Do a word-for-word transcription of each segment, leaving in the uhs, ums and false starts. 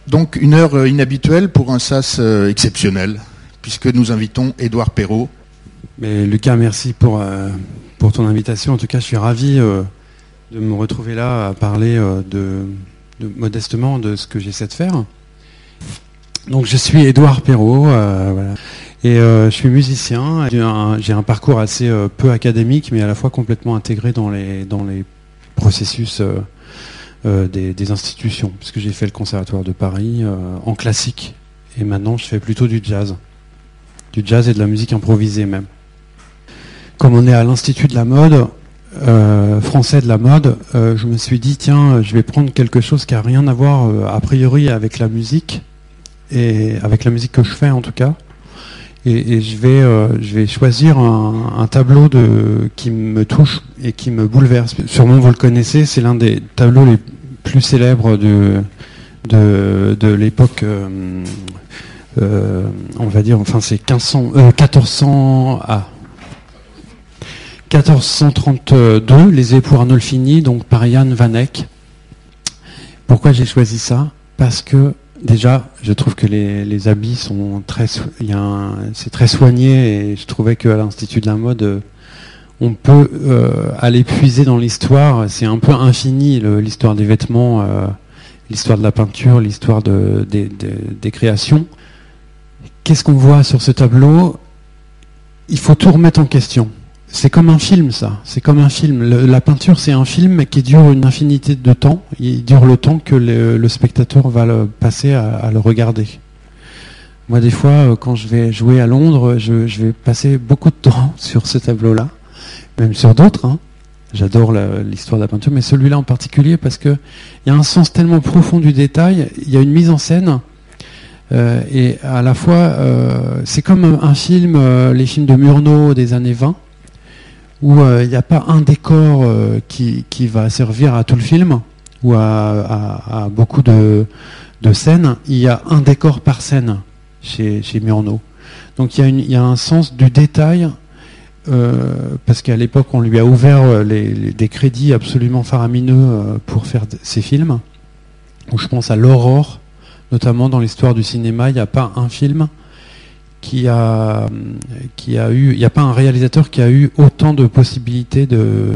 Donc une heure inhabituelle pour un sas exceptionnel, puisque nous invitons Édouard Perrault. Mais Lucas, merci pour, euh, pour ton invitation. En tout cas, je suis ravi euh, de me retrouver là à parler euh, de, de, modestement de ce que j'essaie de faire. Donc je suis Édouard Perrault, euh, voilà. Et euh, je suis musicien. J'ai un, j'ai un parcours assez euh, peu académique, mais à la fois complètement intégré dans les, dans les processus euh, euh, des, des institutions, puisque j'ai fait le Conservatoire de Paris euh, en classique, et maintenant je fais plutôt du jazz. Du jazz et de la musique improvisée même. Comme on est à l'Institut de la mode, euh, français de la mode, euh, je me suis dit, tiens, je vais prendre quelque chose qui n'a rien à voir euh, a priori avec la musique, et avec la musique que je fais en tout cas, et, et je, vais, euh, je vais choisir un, un tableau de, qui me touche et qui me bouleverse. Sûrement vous le connaissez, c'est l'un des tableaux les plus célèbres de, de, de l'époque... Euh, Euh, on va dire, enfin c'est quinze cents, euh, quatorze cents, ah, quatorze cent trente-deux, les époux Arnolfini, donc par Jan van Eyck. Pourquoi j'ai choisi ça? Parce que déjà, je trouve que les, les habits sont très, il y a un, c'est très soigné, et je trouvais qu'à l'Institut de la mode, euh, on peut euh, aller puiser dans l'histoire. C'est un peu infini le, l'histoire des vêtements, euh, l'histoire de la peinture, l'histoire de, des, des, des créations. Qu'est-ce qu'on voit sur ce tableau? Il faut tout remettre en question. C'est comme un film, ça. C'est comme un film. Le, la peinture, c'est un film qui dure une infinité de temps. Il dure le temps que le, le spectateur va le passer à, à le regarder. Moi, des fois, quand je vais jouer à Londres, je, je vais passer beaucoup de temps sur ce tableau-là, même sur d'autres. Hein. J'adore la, l'histoire de la peinture, mais celui-là en particulier parce que il y a un sens tellement profond du détail. Il y a une mise en scène. Euh, et à la fois, euh, c'est comme un film, euh, les films de Murnau des années vingt, où euh, il n'y a pas un décor euh, qui, qui va servir à tout le film, ou à, à, à beaucoup de, de scènes. Il y a un décor par scène chez, chez Murnau. Donc il y a, une, il y a un sens du détail, euh, parce qu'à l'époque, on lui a ouvert les, les, des crédits absolument faramineux euh, pour faire ces films, où je pense à l'Aurore. Notamment dans l'histoire du cinéma, il n'y a pas un film qui a, qui a eu, il n'y a pas un réalisateur qui a eu autant de possibilités de,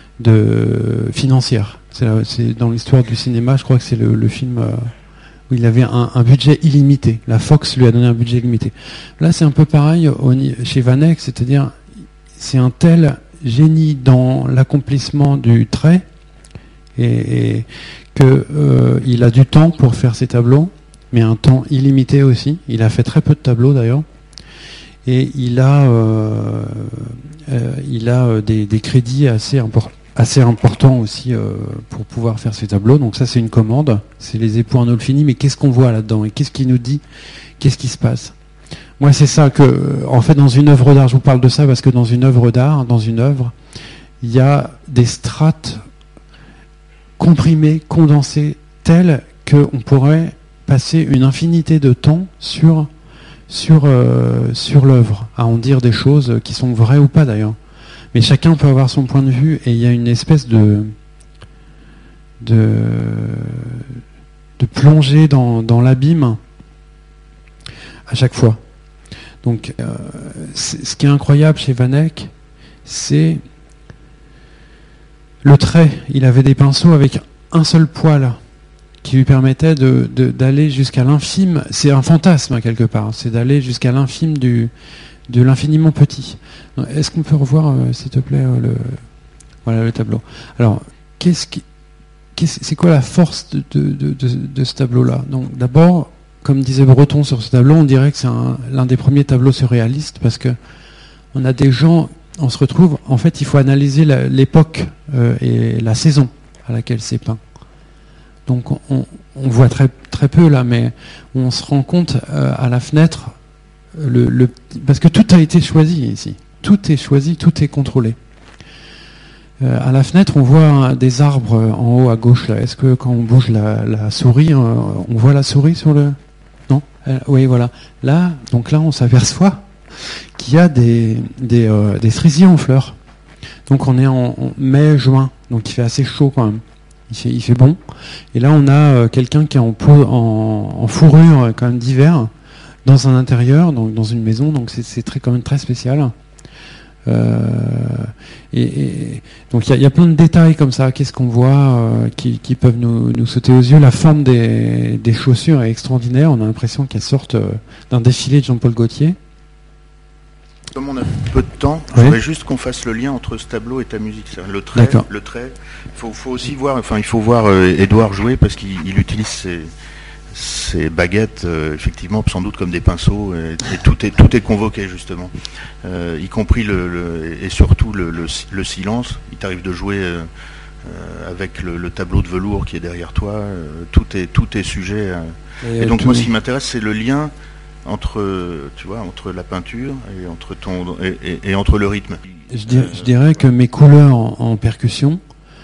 de financières. C'est, la, c'est dans l'histoire du cinéma, je crois que c'est le, le film où il avait un, un budget illimité. La Fox lui a donné un budget illimité. Là, c'est un peu pareil au, chez Van Eyck, c'est-à-dire c'est un tel génie dans l'accomplissement du trait et, et que euh, il a du temps pour faire ses tableaux, mais un temps illimité aussi. Il a fait très peu de tableaux d'ailleurs, et il a, euh, euh, il a euh, des, des crédits assez, import- assez importants aussi euh, pour pouvoir faire ses tableaux. Donc ça, c'est une commande. C'est les époux Arnolfini. Mais qu'est-ce qu'on voit là-dedans et qu'est-ce qu'il nous dit? Qu'est-ce qui se passe? Moi, c'est ça que, en fait, dans une œuvre d'art, je vous parle de ça parce que dans une œuvre d'art, dans une œuvre, il y a des strates comprimé, condensé, tel qu'on pourrait passer une infinité de temps sur, sur, euh, sur l'œuvre, à en dire des choses qui sont vraies ou pas d'ailleurs. Mais chacun peut avoir son point de vue, et il y a une espèce de, de, de plongée dans, dans l'abîme à chaque fois. Donc, euh, ce qui est incroyable chez Van Eyck, c'est le trait. Il avait des pinceaux avec un seul poil qui lui permettait de, de, d'aller jusqu'à l'infime. C'est un fantasme quelque part. C'est d'aller jusqu'à l'infime du, de l'infiniment petit. Est-ce qu'on peut revoir, euh, s'il te plaît, euh, le, voilà, le tableau. Alors, qu'est-ce qui, qu'est-ce, c'est quoi la force de, de, de, de, de ce tableau-là? Donc, d'abord, comme disait Breton sur ce tableau, on dirait que c'est un, l'un des premiers tableaux surréalistes parce que on a des gens. On se retrouve, en fait, il faut analyser la, l'époque euh, et la saison à laquelle c'est peint. Donc, on, on voit très, très peu là, mais on se rend compte euh, à la fenêtre, le, le, parce que tout a été choisi ici. Tout est choisi, tout est contrôlé. Euh, à la fenêtre, on voit des arbres en haut à gauche. Là. Est-ce que quand on bouge la, la souris, euh, on voit la souris sur le... Non euh, Oui, voilà. Là, donc là, on s'aperçoit qu'il y a des, des, euh, des cerisiers en fleurs. Donc on est en, en mai, juin, donc il fait assez chaud quand même. il fait, il fait bon. Et là, on a euh, quelqu'un qui est en, peau, en, en fourrure euh, quand même d'hiver, dans un intérieur, donc dans une maison, donc c'est, c'est très, quand même très spécial. Euh, et, et donc il y, y a plein de détails comme ça. Qu'est-ce qu'on voit euh, qui, qui peuvent nous, nous sauter aux yeux. La forme des, des chaussures est extraordinaire. On a l'impression qu'elles sortent euh, d'un défilé de Jean-Paul Gaultier. Comme on a peu de temps, Oui. je voudrais juste qu'on fasse le lien entre ce tableau et ta musique. C'est-à-dire le trait, D'accord. le trait. Faut, faut aussi voir. Enfin, il faut voir euh, Édouard jouer parce qu'il il utilise ses, ses baguettes, euh, effectivement, sans doute comme des pinceaux, et, et tout est tout est convoqué justement, euh, y compris le, le et surtout le, le, le silence. Il t'arrive de jouer euh, euh, avec le, le tableau de velours qui est derrière toi. Euh, tout est tout est sujet. Euh, et, et donc moi, ce qui m'intéresse, c'est le lien entre, tu vois, entre la peinture et entre ton et, et, et entre le rythme. Je dirais, je dirais que mes couleurs en, en percussion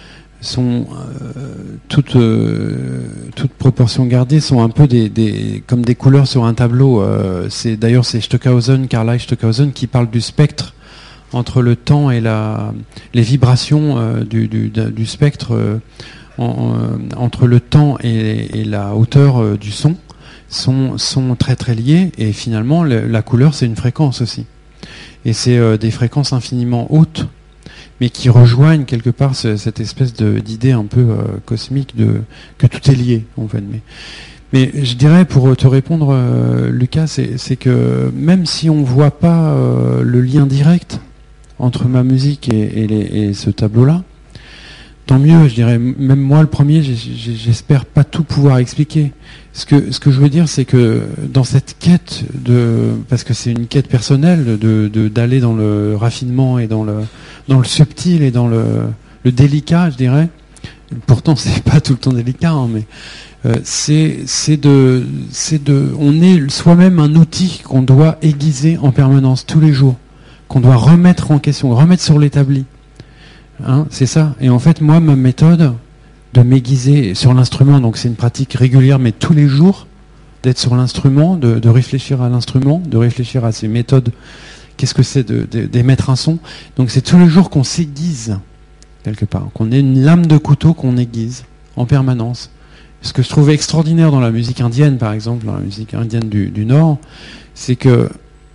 sont euh, toutes euh, toutes proportions gardées, sont un peu des, des comme des couleurs sur un tableau. Euh, c'est d'ailleurs c'est Stockhausen, Carlyle Stockhausen, qui parle du spectre entre le temps et la les vibrations euh, du, du, du spectre euh, en, euh, entre le temps et, et la hauteur euh, du son. Sont, sont très très liés, et finalement le, la couleur c'est une fréquence aussi, et c'est euh, des fréquences infiniment hautes mais qui rejoignent quelque part ce, cette espèce de, d'idée un peu euh, cosmique de que tout est lié en fait. Mais, mais je dirais, pour te répondre euh, Lucas, c'est, c'est que même si on voit pas euh, le lien direct entre ma musique et, et, les, et ce tableau là, tant mieux, je dirais. Même moi, le premier, j'espère pas tout pouvoir expliquer. Ce que, ce que je veux dire, c'est que dans cette quête de, parce que c'est une quête personnelle, de, de, d'aller dans le raffinement et dans le, dans le subtil et dans le, le délicat, je dirais. Pourtant, c'est pas tout le temps délicat, hein, mais euh, c'est, c'est de, c'est de, on est soi-même un outil qu'on doit aiguiser en permanence, tous les jours, qu'on doit remettre en question, remettre sur l'établi. Hein, c'est ça. Et en fait, moi, ma méthode de m'aiguiser sur l'instrument, donc c'est une pratique régulière, mais tous les jours, d'être sur l'instrument, de, de réfléchir à l'instrument, de réfléchir à ces méthodes. Qu'est-ce que c'est de, de, d'émettre un son? Donc c'est tous les jours qu'on s'aiguise, quelque part, qu'on ait une lame de couteau qu'on aiguise en permanence. Ce que je trouve extraordinaire dans la musique indienne, par exemple, dans la musique indienne du, du Nord, c'est que,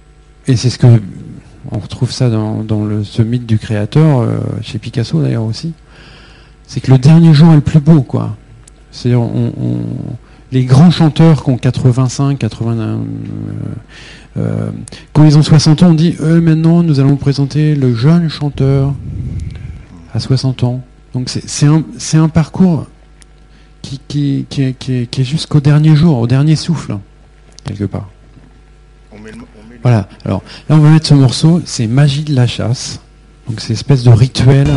et c'est ce que on retrouve ça dans, dans le, ce mythe du créateur, euh, chez Picasso d'ailleurs aussi, c'est que le dernier jour est le plus beau, quoi. C'est-à-dire, on, on, les grands chanteurs qui ont quatre-vingt-cinq, quatre-vingt-un, euh, euh, quand ils ont soixante ans, on dit, euh, maintenant nous allons présenter le jeune chanteur à soixante ans. Donc c'est, c'est, un, c'est un parcours qui, qui, qui, est, qui, est, qui est jusqu'au dernier jour, au dernier souffle, quelque part. On met le, on met le... Voilà, alors là on va mettre ce morceau, c'est Magie de la chasse, donc c'est une espèce de rituel.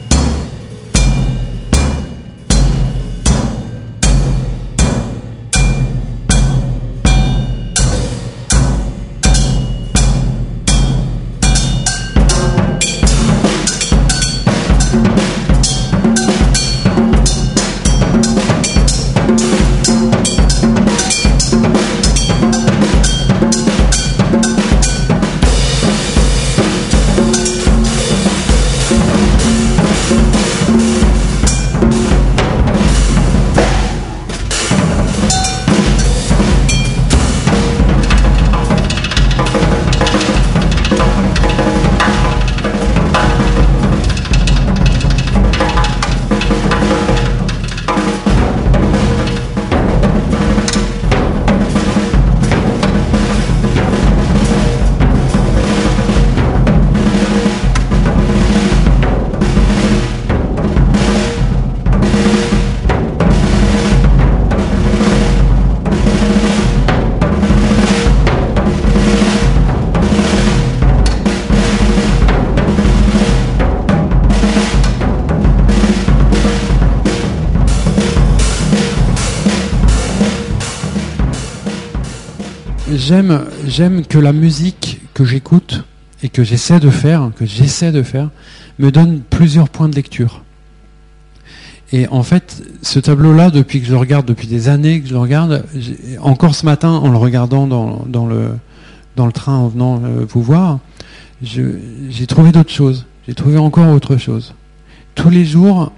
J'aime, j'aime que la musique que j'écoute et que j'essaie de faire, que j'essaie de faire, me donne plusieurs points de lecture. Et en fait, ce tableau-là, depuis que je le regarde, depuis des années que je le regarde, encore ce matin, en le regardant dans, dans, le, dans le train en venant euh, vous voir, je, j'ai trouvé d'autres choses. J'ai trouvé encore autre chose. Tous les jours,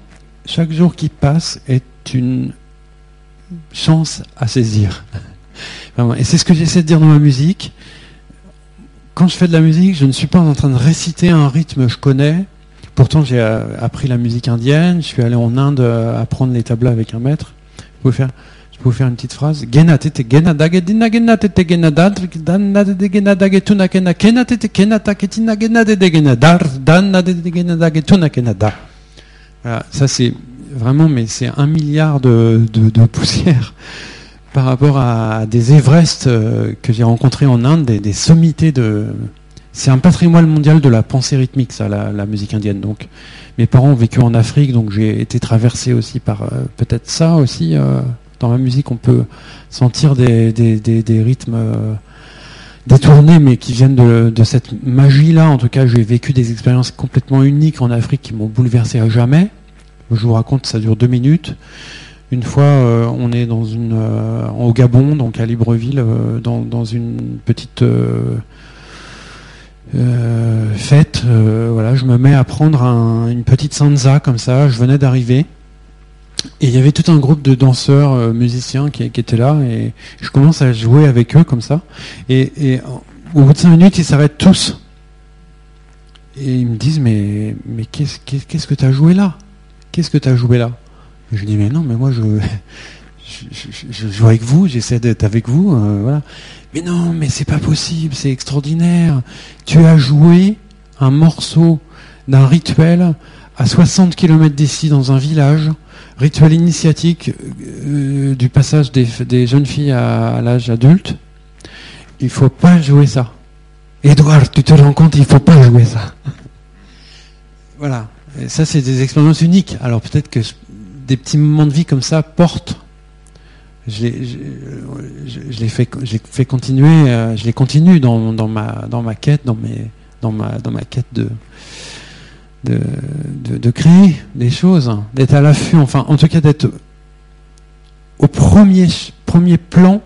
chaque jour qui passe est une chance à saisir. Vraiment. Et c'est ce que j'essaie de dire dans ma musique. Quand je fais de la musique, je ne suis pas en train de réciter un rythme que je connais. Pourtant, j'ai appris la musique indienne. Je suis allé en Inde apprendre les tablas avec un maître. Je peux vous faire, je peux vous faire une petite phrase. Gena tete gena dagedina gena tete gena dar dan de gena dagetuna gena kena tete kena taketina gena de gena dar dan de gena dagetuna gena dar. Voilà, ça c'est vraiment, mais c'est un milliard de, de, de poussière par rapport à des Everest euh, que j'ai rencontrés en Inde, des, des sommités de... C'est un patrimoine mondial de la pensée rythmique, ça, la, la musique indienne. Donc, mes parents ont vécu en Afrique, donc j'ai été traversé aussi par euh, peut-être ça aussi. Euh, dans ma musique, on peut sentir des, des, des, des rythmes euh, détournés, mais qui viennent de, de cette magie-là. En tout cas, j'ai vécu des expériences complètement uniques en Afrique qui m'ont bouleversé à jamais. Je vous raconte, ça dure deux minutes. Une fois, euh, on est dans une, euh, au Gabon, donc à Libreville, euh, dans, dans une petite euh, euh, fête. Euh, voilà, je me mets à prendre un, une petite sansa comme ça. Je venais d'arriver et il y avait tout un groupe de danseurs, euh, musiciens qui, qui étaient là et je commence à jouer avec eux comme ça. Et, et au bout de cinq minutes, ils s'arrêtent tous et ils me disent mais mais qu'est-ce, qu'est-ce que tu as joué là? Qu'est-ce que tu as joué là? Je dis mais non, mais moi je, je, je, je joue avec vous, j'essaie d'être avec vous, euh, voilà. Mais non, mais c'est pas possible, c'est extraordinaire. Tu as joué un morceau d'un rituel à soixante kilomètres d'ici dans un village, rituel initiatique euh, du passage des, des jeunes filles à, à l'âge adulte. Il faut pas jouer ça. Edouard, tu te rends compte, il faut pas jouer ça. Voilà. Et ça, c'est des expériences uniques. Alors peut-être que des petits moments de vie comme ça portent. Je les, je, je, je les fais, j'ai fait continuer. Euh, je les continue dans, dans ma, dans ma quête, dans mes, dans ma, dans ma quête de, de, de, de créer des choses, d'être à l'affût. Enfin, en tout cas, d'être au premier, premier plan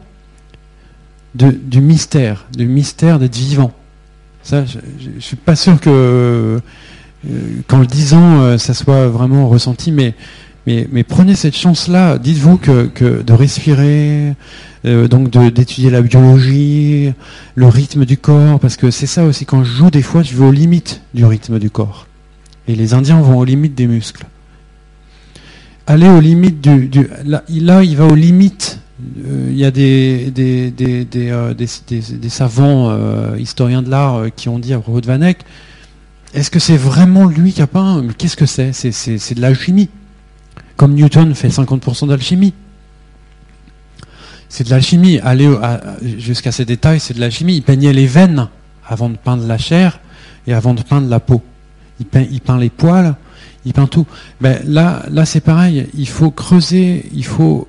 de, du mystère, du mystère d'être vivant. Ça, je, je, je suis pas sûr que qu'en le disant, euh, ça soit vraiment ressenti, mais, mais, mais prenez cette chance-là, dites-vous que, que de respirer, euh, donc de, d'étudier la biologie, le rythme du corps, parce que c'est ça aussi, quand je joue, des fois, je vais aux limites du rythme du corps. Et les Indiens vont aux limites des muscles. Aller aux limites du... du là, là, il va aux limites. Euh, il y a des, des, des, des, euh, des, des, des savants euh, historiens de l'art euh, qui ont dit à propos de Van Eyck, est-ce que c'est vraiment lui qui a peint? Mais qu'est-ce que c'est? C'est, c'est, c'est de l'alchimie. Comme Newton fait cinquante pour cent d'alchimie. C'est de l'alchimie. Aller à, jusqu'à ces détails, c'est de l'alchimie. Il peignait les veines avant de peindre la chair et avant de peindre la peau. Il peint, il peint les poils, il peint tout. Ben, là, là, c'est pareil. Il faut creuser, il faut,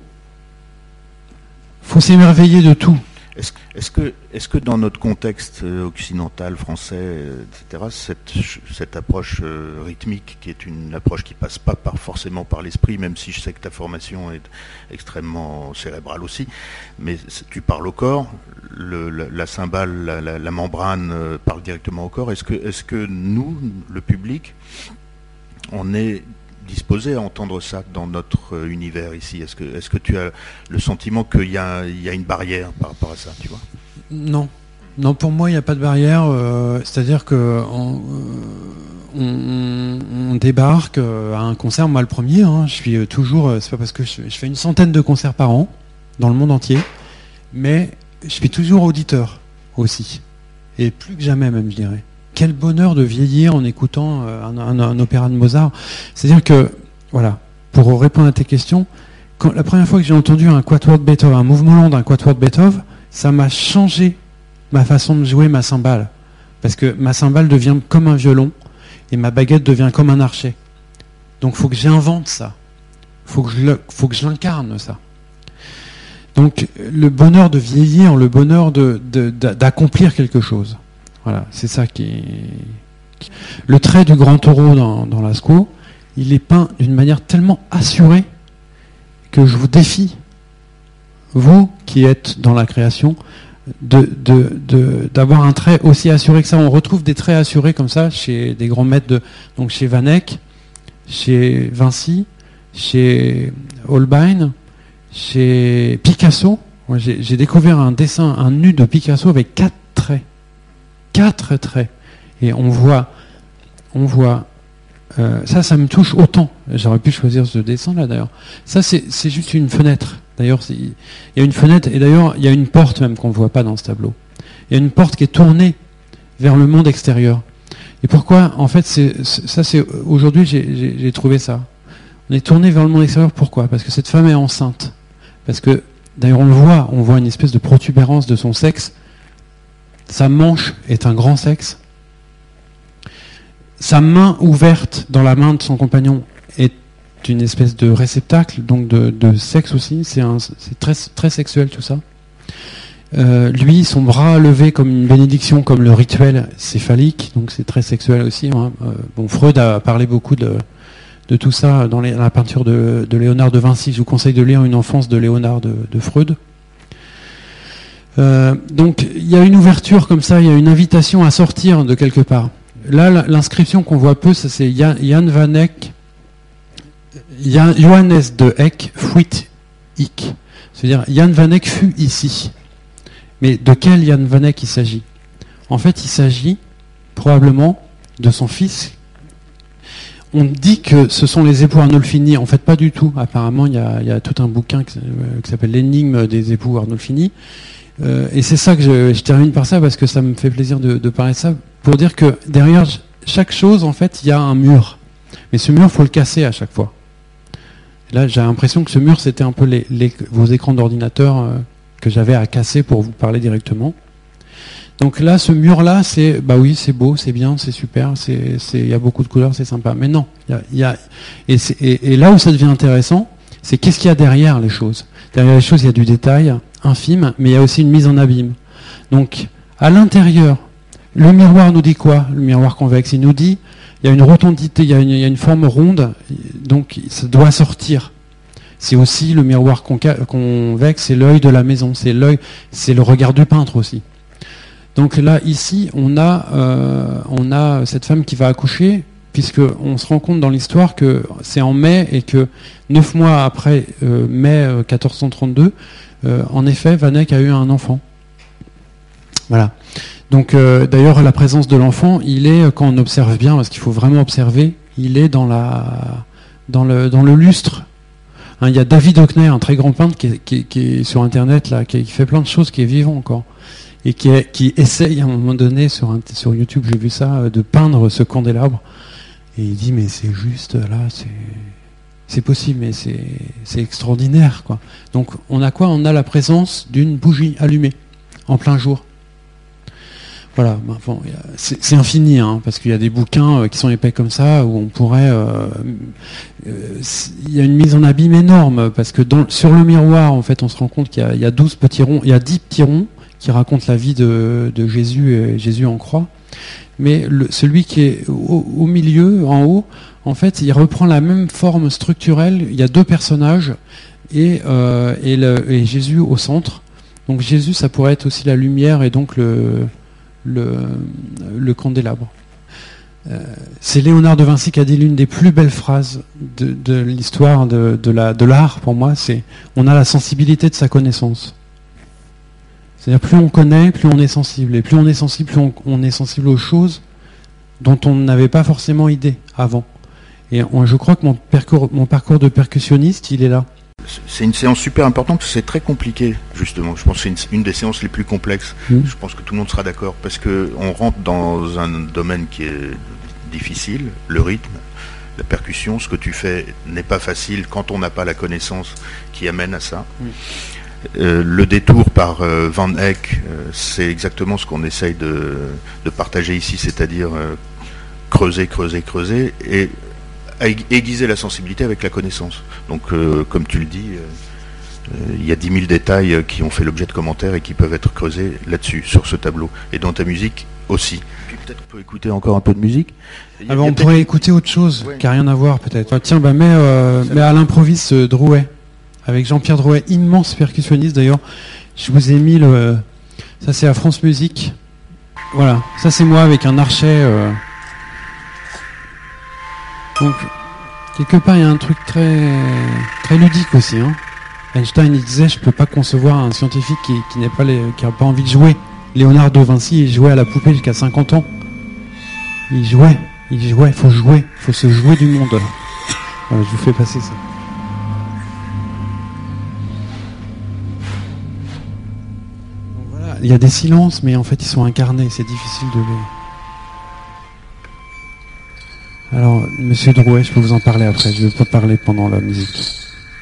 faut s'émerveiller de tout. Est-ce, est-ce, que, est-ce que dans notre contexte occidental, français, et cetera, cette, cette approche euh, rythmique, qui est une approche qui passe pas par, forcément par l'esprit, même si je sais que ta formation est extrêmement cérébrale aussi, mais tu parles au corps, le, la, la cymbale, la, la, la membrane euh, parle directement au corps. Est-ce que, est-ce que nous, le public, on est disposé à entendre ça dans notre univers ici? Est-ce que, est-ce que tu as le sentiment qu'il y a, il y a une barrière par rapport à ça, tu vois? Non. Non, pour moi, il n'y a pas de barrière. Euh, c'est-à-dire que on, on, on débarque à un concert, moi le premier, hein, je suis toujours, c'est pas parce que je, je fais une centaine de concerts par an, dans le monde entier, mais je suis toujours auditeur aussi. Et plus que jamais même, je dirais. Quel bonheur de vieillir en écoutant un, un, un opéra de Mozart. C'est-à-dire que, voilà, pour répondre à tes questions, quand, la première fois que j'ai entendu un quatuor de Beethoven, un mouvement lent d'un quatuor de Beethoven, ça m'a changé ma façon de jouer ma cymbale. Parce que ma cymbale devient comme un violon et ma baguette devient comme un archet. Donc il faut que j'invente ça. Il faut que je le, faut que je l'incarne, ça. Donc le bonheur de vieillir, le bonheur de, de, de, d'accomplir quelque chose. Voilà, c'est ça qui est... Le trait du grand taureau dans, dans Lascaux, il est peint d'une manière tellement assurée que je vous défie, vous qui êtes dans la création, de, de, de, d'avoir un trait aussi assuré que ça. On retrouve des traits assurés comme ça chez des grands maîtres, de, donc chez Van Eyck, chez Vinci, chez Holbein, chez Picasso. Moi, j'ai, j'ai découvert un dessin, un nu de Picasso avec quatre traits. Quatre traits. Et on voit, on voit, euh, ça, ça me touche autant. J'aurais pu choisir ce dessin-là, d'ailleurs. Ça, c'est, c'est juste une fenêtre. D'ailleurs, il y a une fenêtre, et d'ailleurs, il y a une porte même qu'on ne voit pas dans ce tableau. Il y a une porte qui est tournée vers le monde extérieur. Et pourquoi ? En fait, c'est, ça, c'est aujourd'hui, j'ai, j'ai, j'ai trouvé ça. On est tourné vers le monde extérieur. Pourquoi ? Parce que cette femme est enceinte. Parce que, d'ailleurs, on le voit, on voit une espèce de protubérance de son sexe. Sa manche est un grand sexe. Sa main ouverte dans la main de son compagnon est une espèce de réceptacle, donc de, de sexe aussi. C'est, un, c'est très, très sexuel tout ça. Euh, lui, son bras levé comme une bénédiction, comme le rituel, c'est phallique, donc c'est très sexuel aussi. Hein. Euh, bon, Freud a parlé beaucoup de, de tout ça dans, les, dans la peinture de, de Léonard de Vinci. Je vous conseille de lire Une enfance de Léonard de, de Freud. Euh, donc il y a une ouverture comme ça, il y a une invitation à sortir de quelque part. Là, l'inscription qu'on voit peu, ça, c'est Jan van Eyck, Johannes de Eyck fuit hic. C'est-à-dire Jan van Eyck fut ici. Mais de quel Jan van Eyck il s'agit ? En fait, il s'agit probablement de son fils. On dit que ce sont les époux Arnolfini. En fait, pas du tout. Apparemment, il y a, il y a tout un bouquin qui, qui s'appelle L'énigme des époux Arnolfini. Euh, et c'est ça que je, je termine par ça, parce que ça me fait plaisir de, de parler de ça, pour dire que derrière chaque chose, en fait, il y a un mur. Mais ce mur, il faut le casser à chaque fois. Là, j'ai l'impression que ce mur, c'était un peu les, les, vos écrans d'ordinateur euh, que j'avais à casser pour vous parler directement. Donc là, ce mur-là, c'est, bah oui, c'est beau, c'est bien, c'est super, c'est, c'est, il y a beaucoup de couleurs, c'est sympa. Mais non, il y a, il y a et, c'est, et, et là où ça devient intéressant, c'est qu'est-ce qu'il y a derrière les choses. Derrière les choses, il y a du détail infime, mais il y a aussi une mise en abîme. Donc, à l'intérieur, le miroir nous dit quoi ? Le miroir convexe, il nous dit, il y a une rotondité, il y a une, il y a une forme ronde, donc ça doit sortir. C'est aussi le miroir conca- convexe, c'est l'œil de la maison, c'est l'œil, c'est le regard du peintre aussi. Donc là, ici, on a, euh, on a cette femme qui va accoucher, puisque on se rend compte dans l'histoire que c'est en mai et que neuf mois après euh, mai quatorze cent trente-deux, euh, en effet, Van Eyck a eu un enfant. Voilà. Donc euh, d'ailleurs, la présence de l'enfant, il est, quand on observe bien, parce qu'il faut vraiment observer, il est dans la, dans le, dans le lustre. Hein, il y a David Hockney, un très grand peintre qui est, qui, qui est sur Internet là, qui, qui fait plein de choses, qui est vivant encore. Et qui, est, qui essaye à un moment donné, sur, un, sur YouTube, j'ai vu ça, de peindre ce candélabre. Et il dit, mais c'est juste, là, c'est, c'est possible, mais c'est, c'est extraordinaire, quoi. Donc, on a quoi ? On a la présence d'une bougie allumée, en plein jour. Voilà, ben, bon, c'est, c'est infini, hein, parce qu'il y a des bouquins qui sont épais comme ça, où on pourrait... Euh, euh, il y a une mise en abîme énorme, parce que dans, sur le miroir, en fait, on se rend compte qu'il y a, il y a douze petits ronds, il y a dix petits ronds, qui raconte la vie de, de Jésus et Jésus en croix. Mais le, celui qui est au, au milieu, en haut, en fait, il reprend la même forme structurelle. Il y a deux personnages et, euh, et, le, et Jésus au centre. Donc Jésus, ça pourrait être aussi la lumière et donc le, le, le candélabre. Euh, c'est Léonard de Vinci qui a dit l'une des plus belles phrases de, de l'histoire de, de, la, de l'art, pour moi, c'est « On a la sensibilité de sa connaissance ». C'est-à-dire plus on connaît, plus on est sensible. Et plus on est sensible, plus on, on est sensible aux choses dont on n'avait pas forcément idée avant. Et on, je crois que mon parcours, mon parcours de percussionniste, il est là. C'est une séance super importante, parce que c'est très compliqué, justement. Je pense que c'est une, une des séances les plus complexes. Mmh. Je pense que tout le monde sera d'accord, parce qu'on rentre dans un domaine qui est difficile, le rythme, la percussion. Ce que tu fais n'est pas facile quand on n'a pas la connaissance qui amène à ça. Mmh. Euh, le détour par euh, Van Eyck, euh, c'est exactement ce qu'on essaye de, de partager ici, c'est-à-dire euh, creuser, creuser, creuser, et aiguiser la sensibilité avec la connaissance. Donc, euh, comme tu le dis, il euh, euh, y a dix mille détails qui ont fait l'objet de commentaires et qui peuvent être creusés là-dessus, sur ce tableau. Et dans ta musique aussi. Puis peut-être qu'on peut écouter encore un peu de musique. Ah bah on pourrait écouter autre chose, ouais. Qui n'a rien à voir peut-être. Tiens, bah mets, euh, mets à l'improviste euh, Drouet. Avec Jean-Pierre Drouet, immense percussionniste d'ailleurs. Je vous ai mis le... Ça c'est à France Musique. Voilà, ça c'est moi avec un archet. Euh... Donc, quelque part, il y a un truc très, très ludique aussi. Hein. Einstein, il disait, je peux pas concevoir un scientifique qui, qui n'est pas, les, qui a pas envie de jouer. Léonard de Vinci, il jouait à la poupée jusqu'à cinquante ans. Il jouait, il jouait, il faut jouer, il faut se jouer du monde. Voilà, je vous fais passer ça. Donc voilà, il y a des silences, mais en fait, ils sont incarnés, c'est difficile de les... Alors, Monsieur Drouet, je peux vous en parler après, je ne vais pas parler pendant la musique.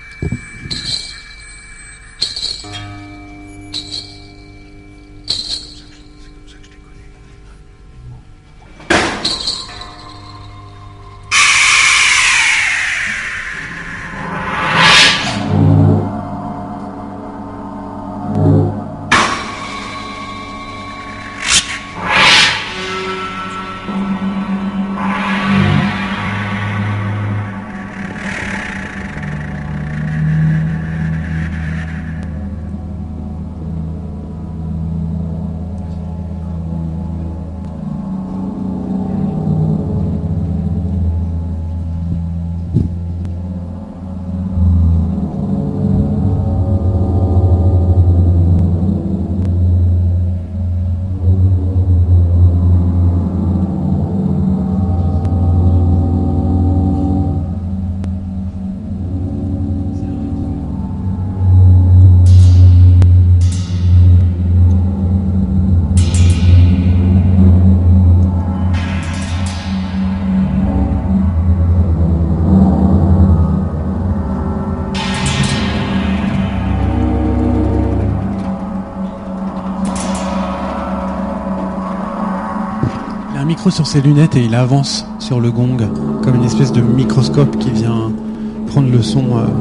Sur ses lunettes et il avance sur le gong comme une espèce de microscope qui vient prendre le son. Euh...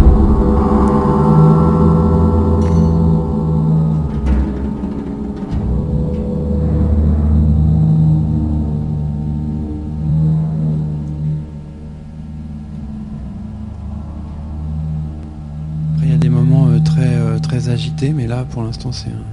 Après il y a des moments euh, très euh, très agités, mais là pour l'instant c'est un...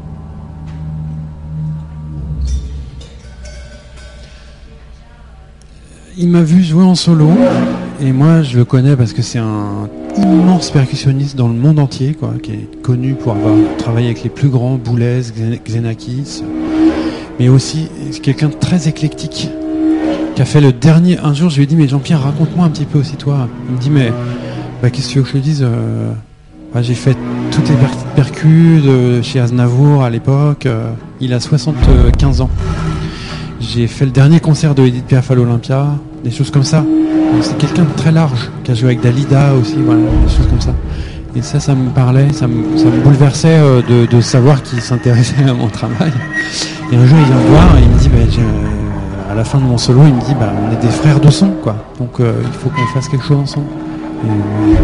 Il m'a vu jouer en solo et moi je le connais parce que c'est un immense percussionniste dans le monde entier, quoi, qui est connu pour avoir travaillé avec les plus grands, Boulez, Xenakis, mais aussi c'est quelqu'un de très éclectique qui a fait le dernier. Un jour je lui ai dit mais Jean-Pierre, raconte-moi un petit peu aussi toi. Il me dit mais bah, qu'est-ce que tu veux que je te dise, euh, bah, j'ai fait toutes les per- percus de chez Aznavour à l'époque, euh, il a soixante-quinze ans. J'ai fait le dernier concert de Edith Piaf à l'Olympia, des choses comme ça. Donc, c'est quelqu'un de très large, qui a joué avec Dalida aussi, voilà, des choses comme ça. Et ça, ça me parlait, ça me, ça me bouleversait euh, de, de savoir qu'il s'intéressait à mon travail. Et un jour, il vient me voir et il me dit, bah, je, à la fin de mon solo, il me dit, bah, on est des frères de son, quoi. Donc euh, il faut qu'on fasse quelque chose ensemble. Et, euh...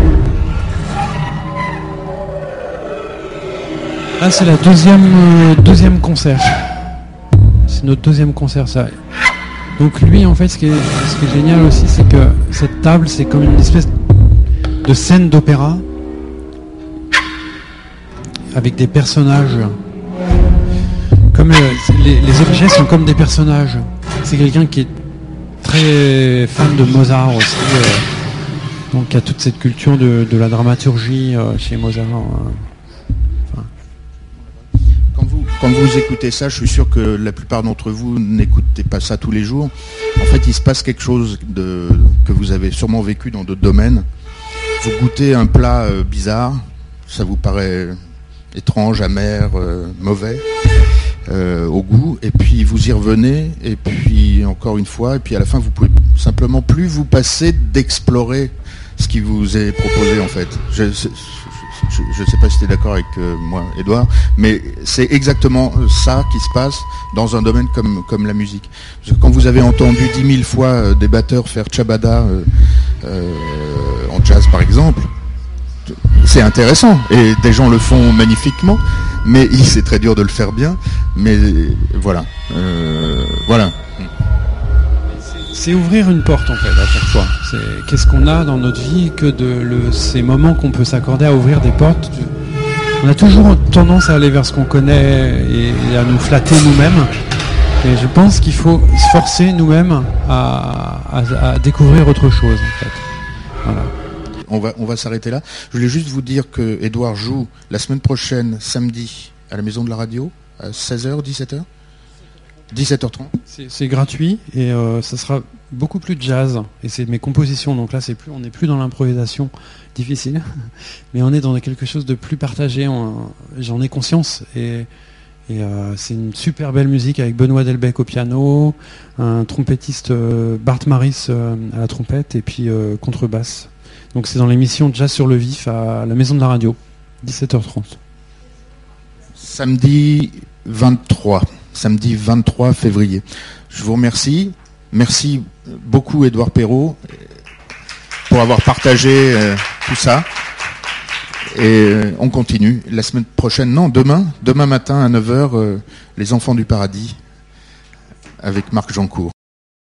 Ah, c'est la deuxième, euh, deuxième concert. C'est notre deuxième concert, ça. Donc lui, en fait, ce qui est, ce qui est génial aussi, c'est que cette table, c'est comme une espèce de scène d'opéra avec des personnages. Comme euh, les, les objets sont comme des personnages. C'est quelqu'un qui est très fan de Mozart aussi, euh, donc il y a toute cette culture de, de la dramaturgie euh, chez Mozart. Euh. Quand vous écoutez ça, je suis sûr que la plupart d'entre vous n'écoutez pas ça tous les jours. En fait, il se passe quelque chose de, que vous avez sûrement vécu dans d'autres domaines. Vous goûtez un plat euh, bizarre, ça vous paraît étrange, amer, euh, mauvais euh, au goût, et puis vous y revenez, et puis encore une fois, et puis à la fin, vous pouvez simplement plus vous passer d'explorer ce qui vous est proposé en fait. Je, Je ne sais pas si tu es d'accord avec euh, moi, Édouard, mais c'est exactement ça qui se passe dans un domaine comme, comme la musique. Parce que quand vous avez entendu dix mille fois euh, des batteurs faire Chabada euh, euh, en jazz par exemple, c'est intéressant, et des gens le font magnifiquement, mais c'est très dur de le faire bien, mais voilà. Euh, voilà. C'est ouvrir une porte en fait à chaque fois. C'est qu'est-ce qu'on a dans notre vie que de le, ces moments qu'on peut s'accorder à ouvrir des portes. On a toujours tendance à aller vers ce qu'on connaît et, et à nous flatter nous-mêmes. Et je pense qu'il faut se forcer nous-mêmes à, à, à découvrir autre chose en fait. Voilà. On va, on va s'arrêter là. Je voulais juste vous dire que Édouard joue la semaine prochaine, samedi, à la Maison de la Radio, à seize heures, dix-sept heures dix-sept heures trente. C'est, c'est gratuit et euh, ça sera beaucoup plus de jazz. Et c'est mes compositions. Donc là, c'est plus, on n'est plus dans l'improvisation difficile, mais on est dans quelque chose de plus partagé. On, j'en ai conscience. Et, et euh, c'est une super belle musique avec Benoît Delbecq au piano, un trompettiste euh, Bart Maris euh, à la trompette et puis euh, contrebasse. Donc c'est dans l'émission Jazz sur le vif à la Maison de la Radio, dix-sept heures trente. Samedi vingt-trois. Samedi vingt-trois février. Je vous remercie. Merci beaucoup Édouard Perrault pour avoir partagé euh, tout ça. Et euh, on continue. La semaine prochaine, non, demain, demain matin à neuf heures, euh, Les Enfants du Paradis avec Marc Jancourt.